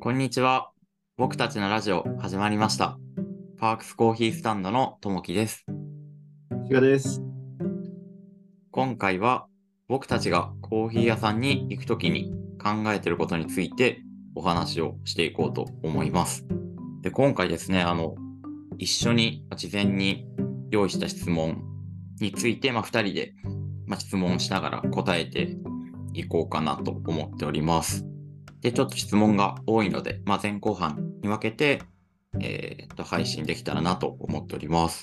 こんにちは。僕たちのラジオ始まりました。パークスコーヒースタンドのともきです。 比嘉です。 今回は僕たちがコーヒー屋さんに行くときに考えていることについてお話をしていこうと思います。で、今回ですね、一緒に事前に用意した質問について、二人で、質問しながら答えていこうかなと思っております。で、ちょっと質問が多いので、前後半に分けて、配信できたらなと思っております。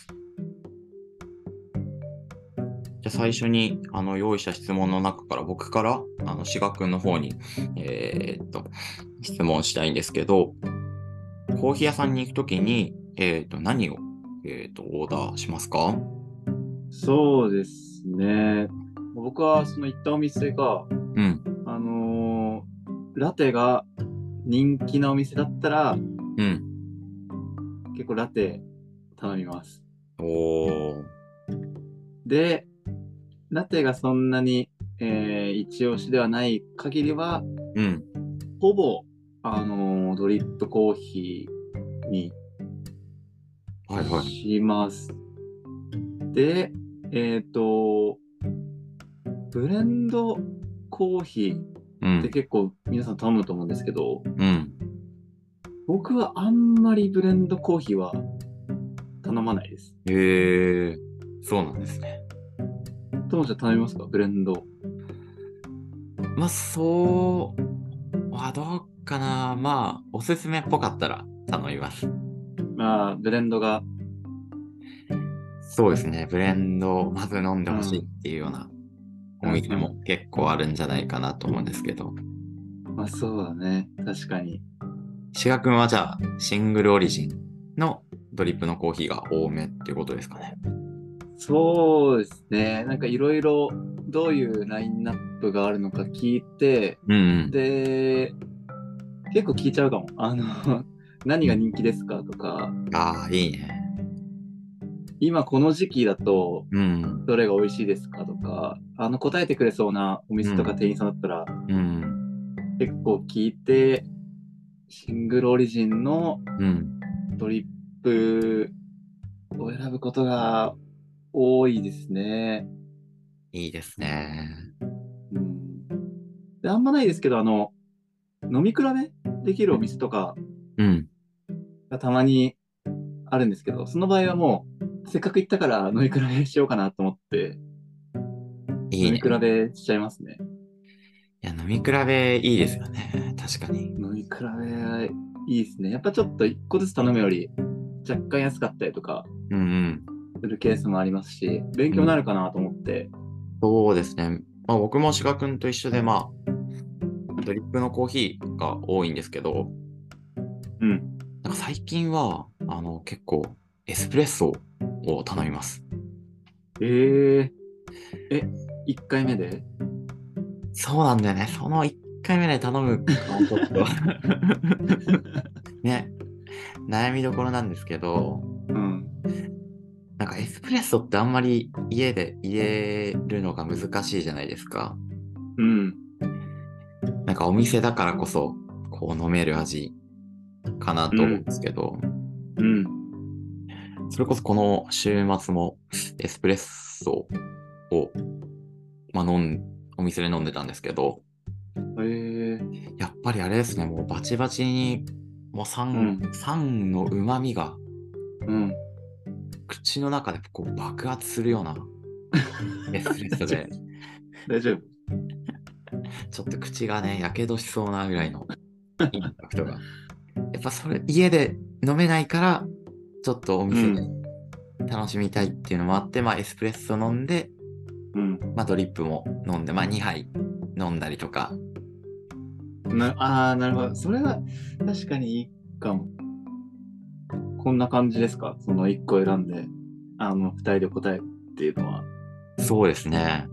じゃあ最初に、用意した質問の中から僕から、志賀くんの方に、えーっと、質問したいんですけど、コーヒー屋さんに行くときに、何を、オーダーしますか？ そうですね。僕はその行ったお店が、 うん、 ラテが人気なお店だったら、 うん。 結構ラテ頼みます。 おー、 で、ラテがそんなに、一押しではない限りは、 うん。 ほぼ、ドリップコーヒーにはいはい。 します。で、えっと、ブレンドコーヒーってうん、 結構皆さん頼むと思うんですけど、 うん。 僕はあんまりブレンドコーヒーは頼まないです。 そうなんですね。 ともちゃん頼みますかブレンド？ そうはどうかな。おすすめっぽかったら頼みます。 まあ、ブレンドが、 そうですね。ブレンドをまず飲んでほしいっうん、 ていうようなおうん、 店もうん。 結構あるんじゃないかなと思うんですけど。 まあ、そうだね。確かに。 志賀くんはじゃあ、シングルオリジンのドリップのコーヒーが多めっていうことですかね。 そうですね。なんかいろいろどういうラインナップがあるのか聞いて、 うんで、結構聞いちゃうかも。何うん。うん。 が人気ですかとか、 ああ、いいね。 今この時期だとうん。 どれが美味しいですかとか、答えてくれそうなおうん。 店とか店員さんだったらうん。 結構聞いて、シングルオリジンのうん。 ドリップを選ぶことが多いですね。 いいですね。 うん。で、あんまないですけど、飲み比べできるお店とかうん。 がたまにあるんですけど、その場合はもう、せっかく行ったから飲み比べしようかなと思って、飲み比いいね。 べしちゃいますね。 いや、飲み比べいいですよね。確かに。 飲み比べいいですね。やっぱちょっと一個ずつ頼むより若干安かったりとかうんうんするケースもありますし、勉強になうん。 るかなと思って、 そうですね。僕も志賀くんと一緒で、ドリップのコーヒーが多いんですけど、 うん。 なんか最近は、結構、エスプレッソを頼みます。 ええ、1回目で？ そうなんだよね。その1回目で頼むかもちょっとね、悩みどころなんですけど、 うん。 なんかエスプレッソってあんまり家で入れるのが難しいじゃないですか。 うん。 なんかお店だからこそ、こう飲める味かなうん。 と思うんですけど、 うん。 それこそこの週末もエスプレッソを、お店で飲んでたんですけど、 ええ、 やっぱりあれですね、もうバチバチに、もううん。 酸の旨味がうん。 口の中でこう爆発するようなエスプレッソで、 大丈夫。 ちょっと口がね、やけどしそうなぐらいのインパクトが。やっぱそれ、家で飲めないから、ちょっとお店でうん。 楽しみたいっていうのもあって、エスプレッソ飲んで、 うん。 ドリップも飲んで、2杯飲んだりとか。 なるほど。それは確かにいいかも。こんな感じですかその1個選んで、2人で答えるっていうのは。 そうですね。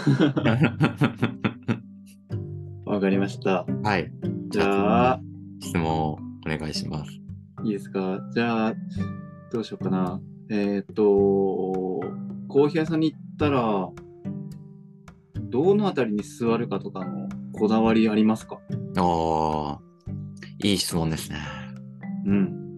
わかりました。 はい。じじゃあ次にゃあ、 質問をお願いします。 いいですかじゃあ、どうしようかな。コーヒー屋さんに行ったら、どのあたりに座るかとかのこだわりありますか？ ああ、 いい質問ですね。 うん。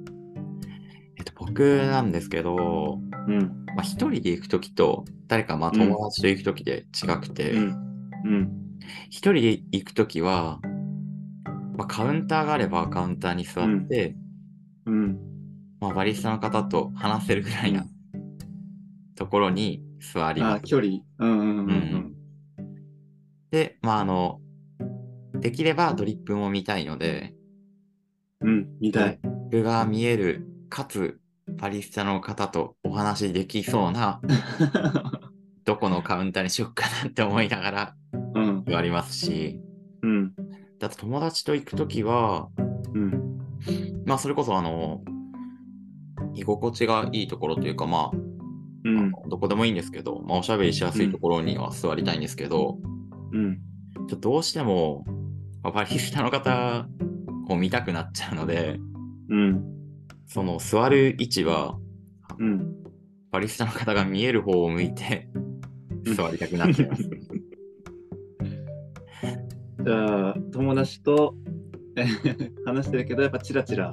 僕なんですけど、 うん。 一人で行くときと、誰かうん。 友達と行くときで違くて、 うん。うん。 一人で行くときは、カウンターがあればカウンターに座うん。 って、 うん。 バリスタの方と話せるぐらいなうん。 ところに座りまあ、 す。 距離。うんうんうんうん。 うん。で、できればドリップも見たいので、 うん。見ドリッたい。 プが見える、かつ、バリスタの方とお話できそうな、どこのカウンターにしよっかなって思いながらうん。 座りますし、 うん。 あと友達と行くときは、 うん。 それこそ居心地がいいところというか、 うん。 どこでもいいんですけど、おしゃべりしやすいとうん。 ころには座りたいんですけど、 うん。 どうしても、バリスタの方を見たくなっちゃうので、 うん。 その座る位置は、 うん。 バリスタの方が見える方を向いてうん。 座りたくなっちゃいます。 じゃあ、友達と話してるけど、やっぱチラチラ、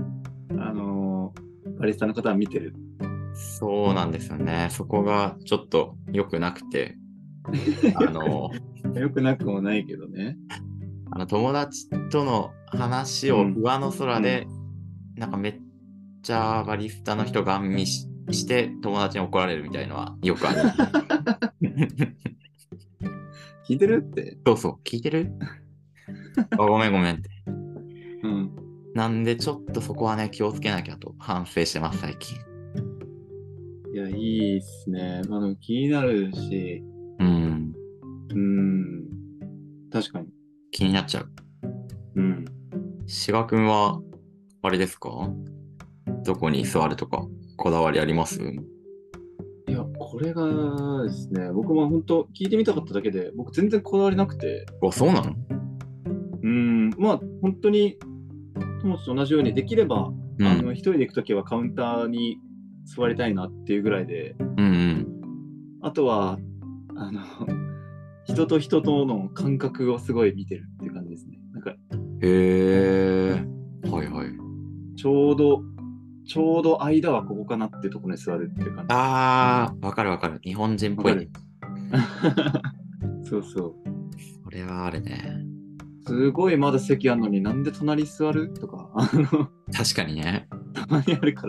バリスタの方は見てる。 そうなんですよね。そこがちょっと良くなくて、あの、 よくなくもないけどね。 友達との話をうん。 上の空うん。 で、めっちゃバリスタの人がン見して友達に怒られるみたいのはよくあります。 聞いてるって。 そうそう、聞いてる？ごめんごめんって。 うん。 なんでちょっとそこはね、気をつけなきゃと反省してます、最近。 いや、いいっすね。でも気になるし、 うん、 うん。確かに。 気になっちゃう。 うん。 志賀くんは、あれですか？どこに座るとか、こだわりあります？ いや、これがですね、僕も本当聞いてみたかっただけで、僕全然こだわりなくて、 そうなの？ まあ、本当に友達と同じようにできれば、 うん、 一人で行くときはカウンターに座りたいなっていうぐらいで、 うん、 あとは、あの、人と人との感覚をすごい見てるっていう感じですね。なんか、 うん。へえ、はいはい。 ちょうど、ちょうど間はここかなっていうところに座るっていう感じ。 わかるわかる。日本人っぽいね。 わかる？そうそう。 それはあるね。 すごいまだ席あるのになんで隣座るとか、 確かにね。 たまにあるから、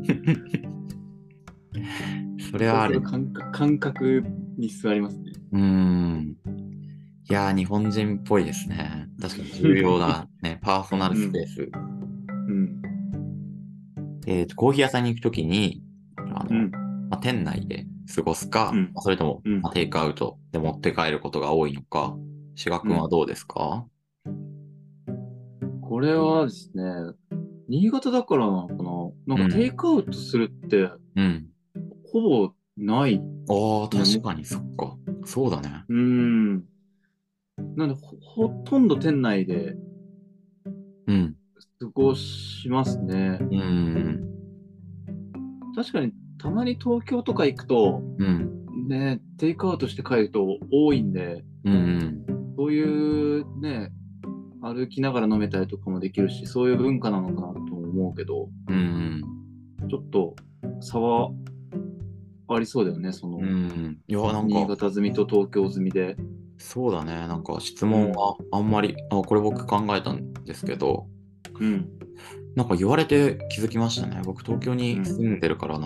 それはあるね。 そうすると感覚に座りますね。 うーん。いやー、日本人っぽいですね。確かに重要なね、パーソナルうん、 スペース。 うん、 コーヒー屋さんに行くときに、 うん、 店内で過ごすか、 うん、 それとも、 うん、 テイクアウトで持って帰ることが多いのか、志賀うん。 君はどうですか？ これはですね、新潟だからなのかな。なんかテイうん。 クアウトするってうん。 ほぼないでああ、 すね。 確かに、そっか。そうだね。 なんでほとんど店内でうん。 過ごしますね。 うん。 確かにたまに東京とか行くと、 うん。 ね、テイクアウトして帰ると多いんで、 うん。 そういうね、歩きながら飲めたりとかもできるし、そういう文化なのかなとも思うけど、 うん。 ちょっと差はありそうだよね、そうの、 ん。いや、 新潟済みと東京済みで。 そうだね。質うん、 問はあんまり、これ僕考えたんですけど、 うん、 言われて気づきましたね。僕東京に住うん。 んでるから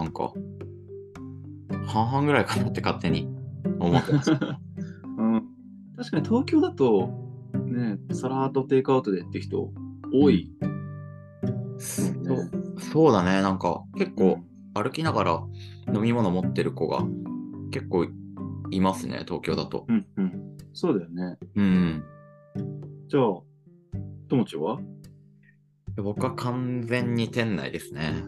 半々ぐらいかなって勝手に思ってました。 うん、確かに東京だと、ね、さらっとテイクアウトでって人多うん。 いもんね。 そうだね。結構うん、 歩きながら飲み物持ってる子が結構いますね。東京だと。 うん、うん。そうだよね。 うん。 じゃあ、ともちは？ 僕は完全に店内ですね。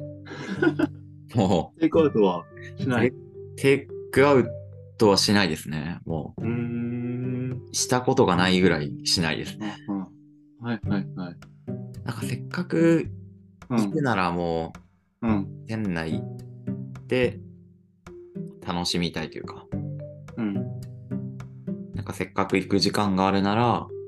もテイクアウトはしう、 ない？ テイクアウトはしないですね。もうーん。 う、したことがないぐらいしないですね。 あ、あ、はいはいはい。 せっかくうん、 行くならもうん、 う、店内で楽しみたいというか、 うん、 せっかく行く時間があるなら、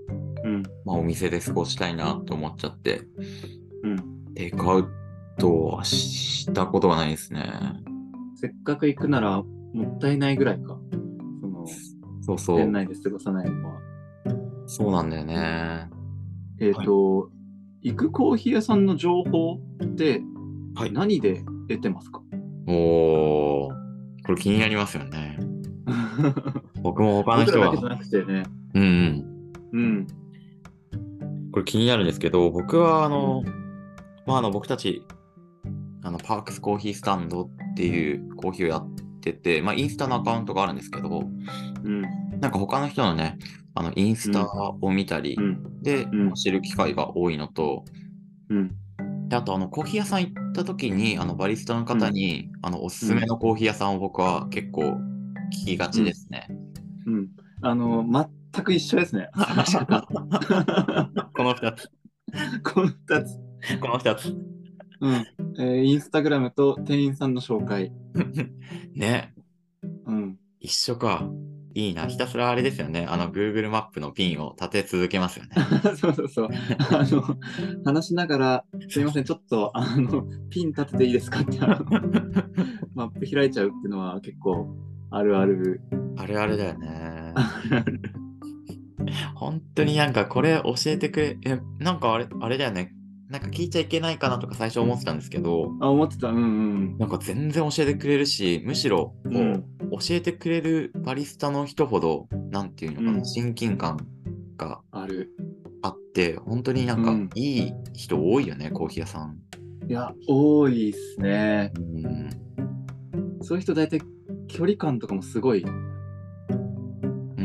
うん。 お店で過ごしたいなと思っちゃって、 うん。 テイクアウトはしたことがないですね。 せっかく行くならもったいないぐらいか。その、 そうそう。 店内で過ごさないのは。 そうなんだよね。はい。 行くコーヒー屋さんの情報ってはい。 何で得てますか？ おー。これ気になりますよね。僕も他の人が、 僕らだけじゃなくてね。 うんうん。 うん。 これ気になるんですけど、僕はうん。 僕たち、パークスコーヒースタンドっていうコーヒーをやってて、インスタのアカウントがあるんですけど、 うん。 なんか他の人のね、インスタうん。 を見たり、 うん。 で、 うん。 知る機会が多いのと、 うん。 で、あと、コーヒー屋さん行った時に、バリスタのうん。 方に、おすうん。 すめのコーヒー屋さんを僕は結構聞きがちでうん。 すね。 うん。全く一緒ですね。探し方。 この二つ。 この二つ。 この二つ。 うん。インスタグラムと店員さんの紹介。 ね、 うん。 一緒か。いいな。ひたすらあれですよね。Google マップのピンを立て続けますよね。 そうそうそう。あの、話しながら、すいません、ちょっと、ピン立てていいですかって、マップ開いちゃうっていうのは結構あるある。 あれあれだよね。 あるある。 本当になんかこれ教えてくれ、なんかあれだよね。なんか聞いちゃいけないかなとか最初思ってたんですけど、 あ、思ってた。うんうんなんか全然教えてくれるし、むしろうん。うん。 教えてくれるバリスタの人ほど、なんていうのかな、 うん。 親近感がある。 あって、本当になんかうん。 いい人多いよね、コーヒー屋さん。 いや、多いっすね。 うん。 そういう人大体距離感とかもすごいうん。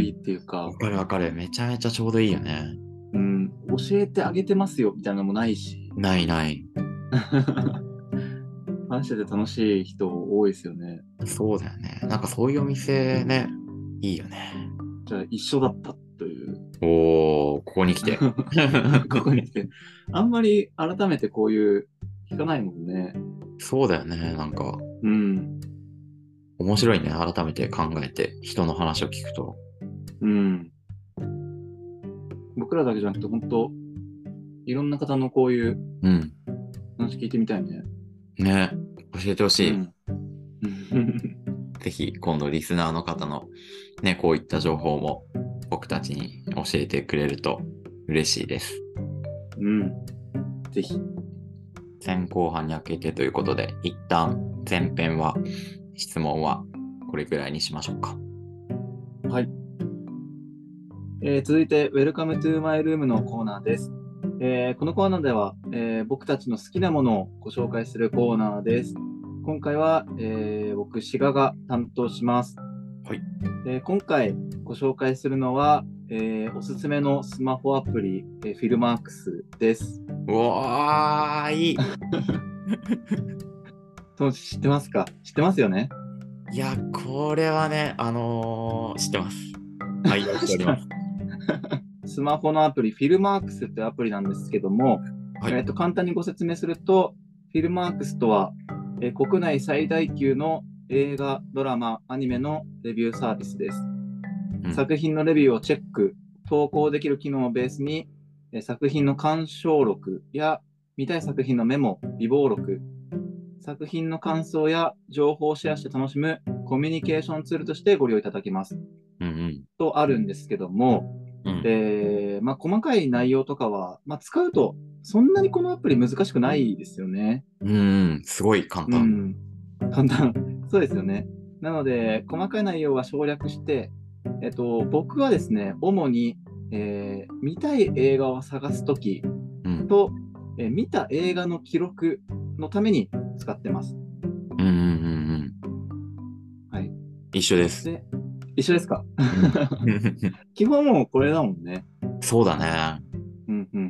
ちょうどいいっていうか、 わかるわかる。めちゃめちゃちょうどいいよね。 うん、教えてあげてますよみたいなのもないし、 ないない。 話してて楽しい人多いですよね。 そうだよね。なんかそういうお店ね、いいよね。 じゃあ一緒だったという。 おー、ここに来て。 ここに来て。あんまり改めてこういう聞かないもんね。 そうだよね。なんかうん。 面白いね。改めて考えて人の話を聞くと。 うん。僕らだけじゃなくて、本当いろんな方のこういううん。 話聞いてみたいね。 ね。教えてほしい。 うん。 ぜひ今度リスナーの方のね、こういった情報も僕たちに教えてくれると嬉しいです。 うん。ぜひ。 前後半に分けてということで、一旦前編は質問はこれくらいにしましょうか。 はい。続いて、Welcome to my room のコーナーです。このコーナーでは、僕たちの好きなものをご紹介するコーナーです。今回は、僕、志賀が担当します。 はい。 今回ご紹介するのは、おすすめのスマホアプリ、フィルマークスです。 うわー、いい。 知ってますか？知ってますよね？ いや、これはね、知ってます。愛用しております。 スマホのアプリ、フィルマークスっていうアプリなんですけども、 はい。 簡単にご説明すると、フィルマークスとは、国内最大級の映画、ドラマ、アニメのレビューサービスです。 うん。 作品のレビューをチェック、投稿できる機能をベースに、作品の鑑賞録や見たい作品のメモ、備忘録、作品の感想や情報をシェアして楽しむコミュニケーションツールとしてご利用いただけます。 うんとあるんですけども、 うん。うん。 細かい内容とかは、使うとそんなにこのアプリ難しくないですよね。 うん、すごい簡単。 うん。簡単。そうですよね。なので、細かい内容は省略して、僕はですね、主に、見たい映画を探すときうん。 と、見た映画の記録のために使ってます。 うんうんうんはい。 一緒です。 で、一緒ですか？ うん。 基本もうこれだもんね。 そうだね。 うんうん。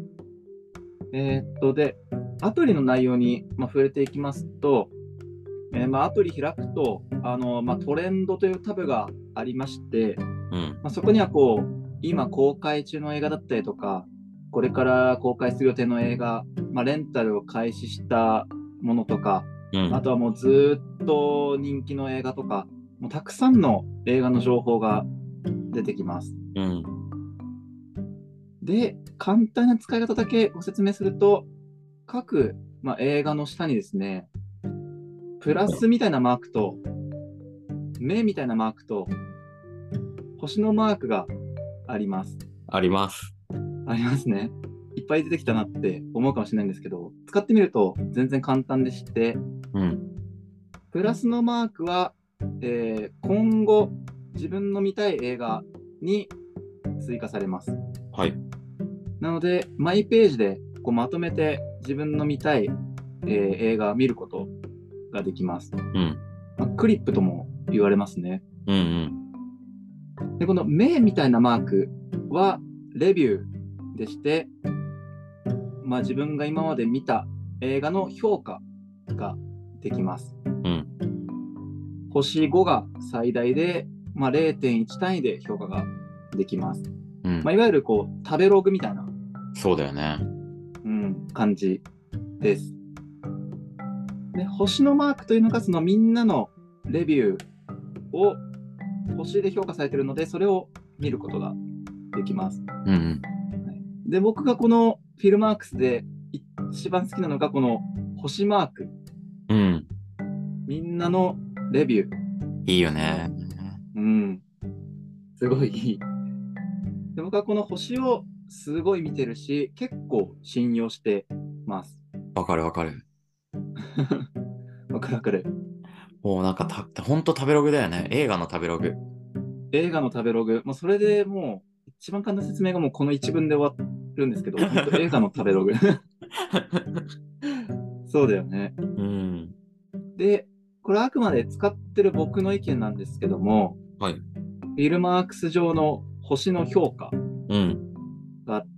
で、アプリの内容に、触れていきますと、アプリ開くと、トレンドというタブがありまして、 うん。 そこにはこう、今公開中の映画だったりとか、これから公開する予定の映画、レンタルを開始したものとか、 うん。 あとはもうずっと人気の映画とか、もうたくさんの映画の情報が出てきます。 うん。 で、簡単な使い方だけご説明すると、各、映画の下にですね、プラスみたいなマークと、目みたいなマークと、星のマークがあります。 あります。 ありますね。いっぱい出てきたなって思うかもしれないんですけど、使ってみると全然簡単でして、 うん。 プラスのマークは、今後自分の見たい映画に追加されます。 はい。 なので、マイページでこうまとめて自分の見たい、映画を見ることができます。 うん。 クリップとも言われますね。 うんで、この目みたいなマークはレビューでして、自分が今まで見た映画の評価ができます。 うん。うん。 星5が最大で、0.1 単位で評価ができます。 うん。 いわゆるこう食べログみたいな、 そうだよね。 感じです。で、星のマークというのがそのみんなのレビューを星で評価されているので、それを見ることができます。 うんうん。 で、僕がこのフィルマークスで一番好きなのがこの星マーク。 うん。 みんなのレビュー。 いいよね。 すごいいい。で、僕はこの星をすごい見てるし、結構信用してます。 わかるわかる。 わかるわかる。 もうなんかほんと食べログだよね。映画の食べログ。 映画の食べログ。それでもう、一番簡単な説明がもうこの一文で終わるんですけど、本当映画の食べログ。そうだよね。 うん。 で、これはあくまで使ってる僕の意見なんですけども、 はい。 フィルマークス上の星の評価うん。 があって、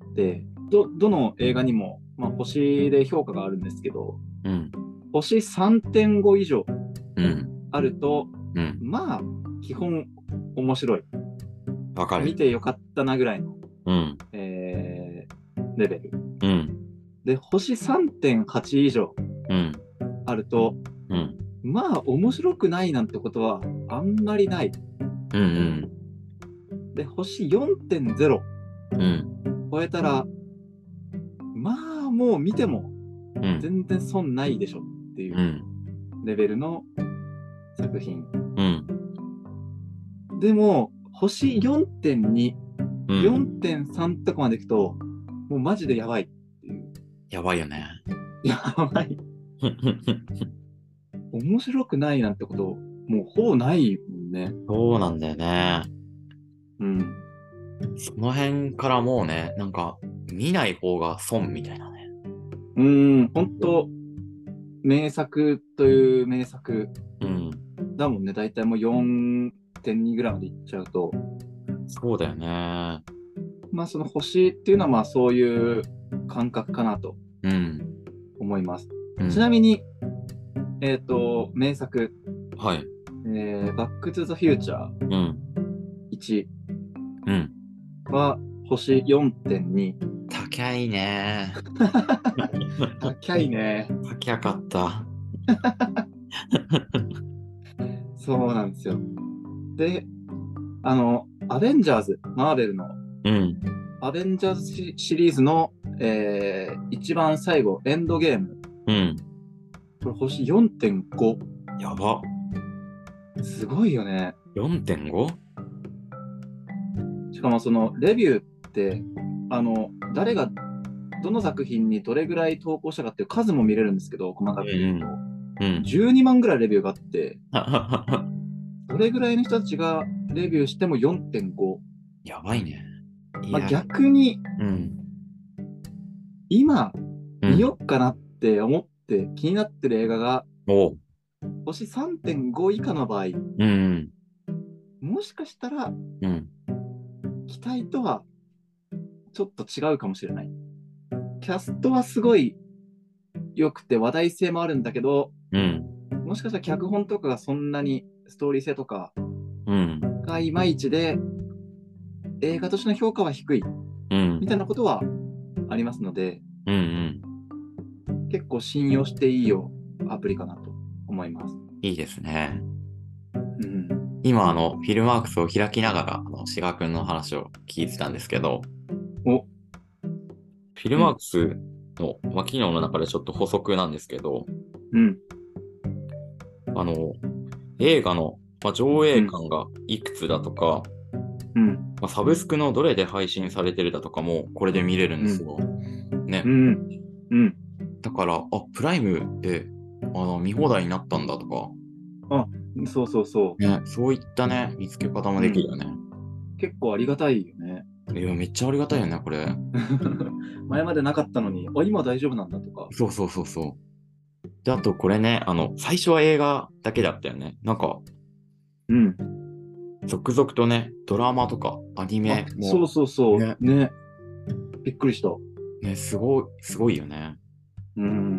どの映画にも、星で評価があるんですけど、 うん。 星 3.5 以上うん。 あると、 うん。 基本面白い。 わかる。 見てよかったなぐらいの、 うん。 レベル。 うん。 で、星 3.8 以上うん。 あると、 うん。 面白くないなんてことはあんまりない。 うん。 で、星 4.0 うん。 超えたら、もう見てもうん。 全然損ないでしょっていううん。 レベルの作品。 うん。 でも、星 4.2、 うん。 4.3とかまでいくと、もうマジでやばいっていう。 やばいよね。 やばい。面白くないなんてこと、もうほぼないもんね。 そうなんだよね。 うん。 その辺からもうね、なんか、見ない方が損みたいなね。 本当名作という名作うん。 だもんね。だいたいもう 4.2 ぐらいまでいっちゃうと。 そうだよね。 その星っていうのはそういう感覚かなとうん。 思います。 うん。 ちなみに、名作、 はい。 バックトゥザフューチャーうん。 1 うん。 は星 4.2。 高いね。 高いね。 高かった。 そうなんですよ。で、アベンジャーズ、マーベルのうん。 アベンジャーズシリーズの、一番最後、エンドゲーム。 うん。 これ星 4.5。 やば。 すごいよね。 4.5? しかもそのレビューって、誰がどの作品にどれぐらい投稿したかっていう数も見れるんですけど、細かく言うと、 うん。 12万ぐらいレビューがあって、どれぐらいの人たちがレビューしても 4.5。 やばいね。いや、 逆にうん。 今見うん。 よっかなって思って気になってる映画がおう。 星 3.5 以下の場合、 うん。 もしかしたらうん。 期待とはちょっと違うかもしれない。キャストはすごい良くて話題性もあるんだけど、 うん。 もしかしたら脚本とかがそんなにストーリー性とかうん。 がいまいちで、映画としての評価は低いうん。 みたいなことはありますので、 うん。 結構信用していいよアプリかなと思います。 いいですね。 うん。 今、フィルマークスを開きながら、志賀くんの話を聞いてたんですけど、 お、 フィルマークスの、機能の中でちょっと補足なんですけど、 うん。 あの、映画の、上映うん。 館がいくつだとか、 うん。 サブスクのどれで配信されてるだとかもこれで見れるんうん。 ですよ。ね。 うん。うん。 だから、プライムで、見放題になったんだとか、 あ、そうそうそね、そういったね、見つけ方もう。うん。 できるよね。 結構ありがたいよね。 いや、めっちゃありがたいよね、これ。 前までなかったのに、今大丈夫なんだとか。 そうそうそうそう。で、あとこれね、最初は映画だけだったよね。なんか、 うん。 続々とね、ドラマとかアニあ、 メも、 そうそうそね、 う。ね。びっくりした。 ね、すごいよね。 うん。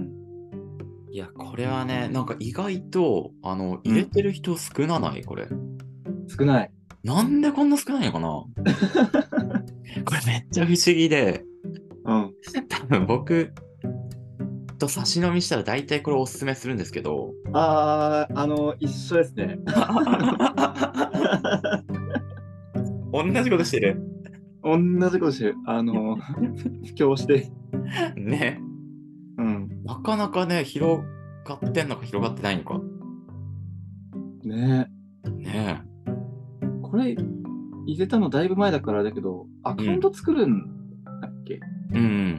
いや、これはね、なんか意外と、 うん。 入れてる人少なないこれ。 少ない。 なんでこんな少ないのかな。これめっちゃ不思議で、 うん。 多分僕と差し飲みしたら大体これおすすめするんですけど、 一緒ですね。 同じことしてる。 同じことしてる。布教して。 ね。 うん。 なかなかね、広がってんのか広がってないのか。 ね。 ねこれ、入れたのだいぶ前だからだけど、アえ。うん。 カウント作るんだっけ？ うん。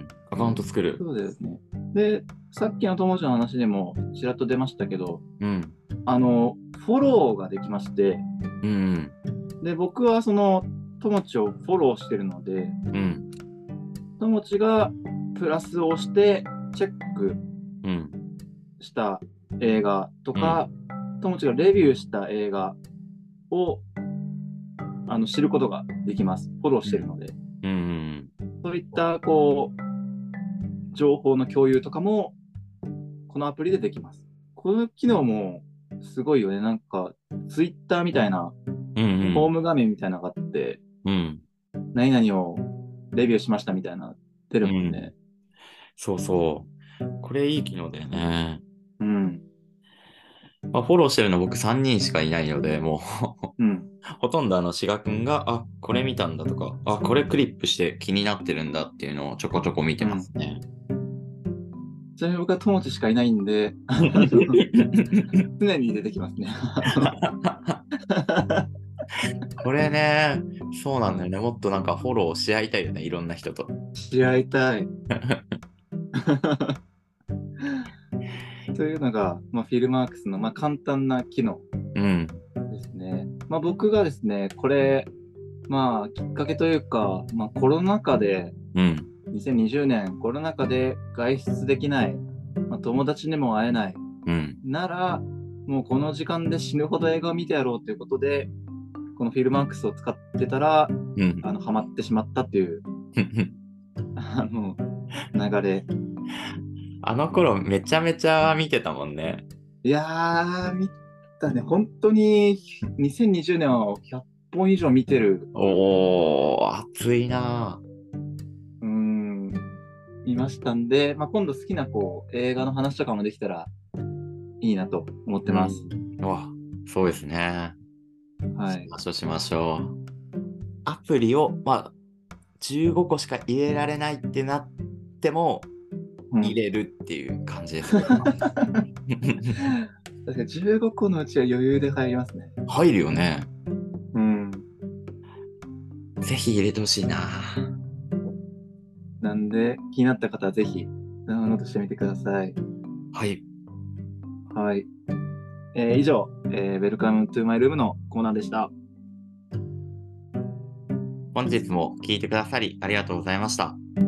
アカウント作る。 そうですね。で、さっきの友達の話でもちらっと出ましたけど、 うん。 フォローができまして、 うん。 で、僕はその友達をフォローしてるので、 うん。 友達がプラスをしてチェックうん。 した映画とうん。 か、友達がレビューした映画を知ることができます。フォローうん。 してるので。 うん。 そういった情報の共有とかもこのアプリでできます。この機能もすごいよね。なんか、ツイッターみたいな、 うん。 ホーム画面みたいなのがあって、 うん。 何々をレビューしましたみたいな、出うん。 るもんね。 そうそう。これいい機能だよね。 うん。 フォローしてるの僕3人しかいないので、もううん。 ほとんど志賀くんが、これ見たんだとか、これクリップして気になってるんだっていうのをちょこちょこ見てうん。 ますね。 ちなみに僕は友達しかいないんで、常に出てきますね。 これね、そうなんだよね。もっとなんかフォローし合いたいよね。いろんな人と。 し合いたい。というのが、フィルマークスの、簡単な機能うん。 ですね。僕がですね、これ、きっかけというか、コロナ禍で、 うん。 2020年コロナ禍で外出できない、友達にも会えないうん。 なら、もうこの時間で死ぬほど映画を見てやろうということで、このフィルマークスを使ってたら、 うん。 ハマってしまったっていう、あの、流れ。 あの頃めちゃめちゃ見てたもんね。 いやー、見たね。本当に2020年は100本以上見てる。 おー、熱いなうーん、見ましたんで、今度好きな映画の話とかもできたらいいなと思ってうます。 ん。そうですね。 はい。 しましょう、しましょう。アプリを、15個しか入れられないってなっても、 うん。 入れるっていう感じです、僕は。 確かに15個のうちは余裕で入りますね。 入るよね。 うん。 ぜひ入れてほしいな。 なんで、気になった方はぜひダウンロードしてみてください。 はい。 はい。以上、Welcome to my room のコーナーでした。 本日も聞いてくださりありがとうございました。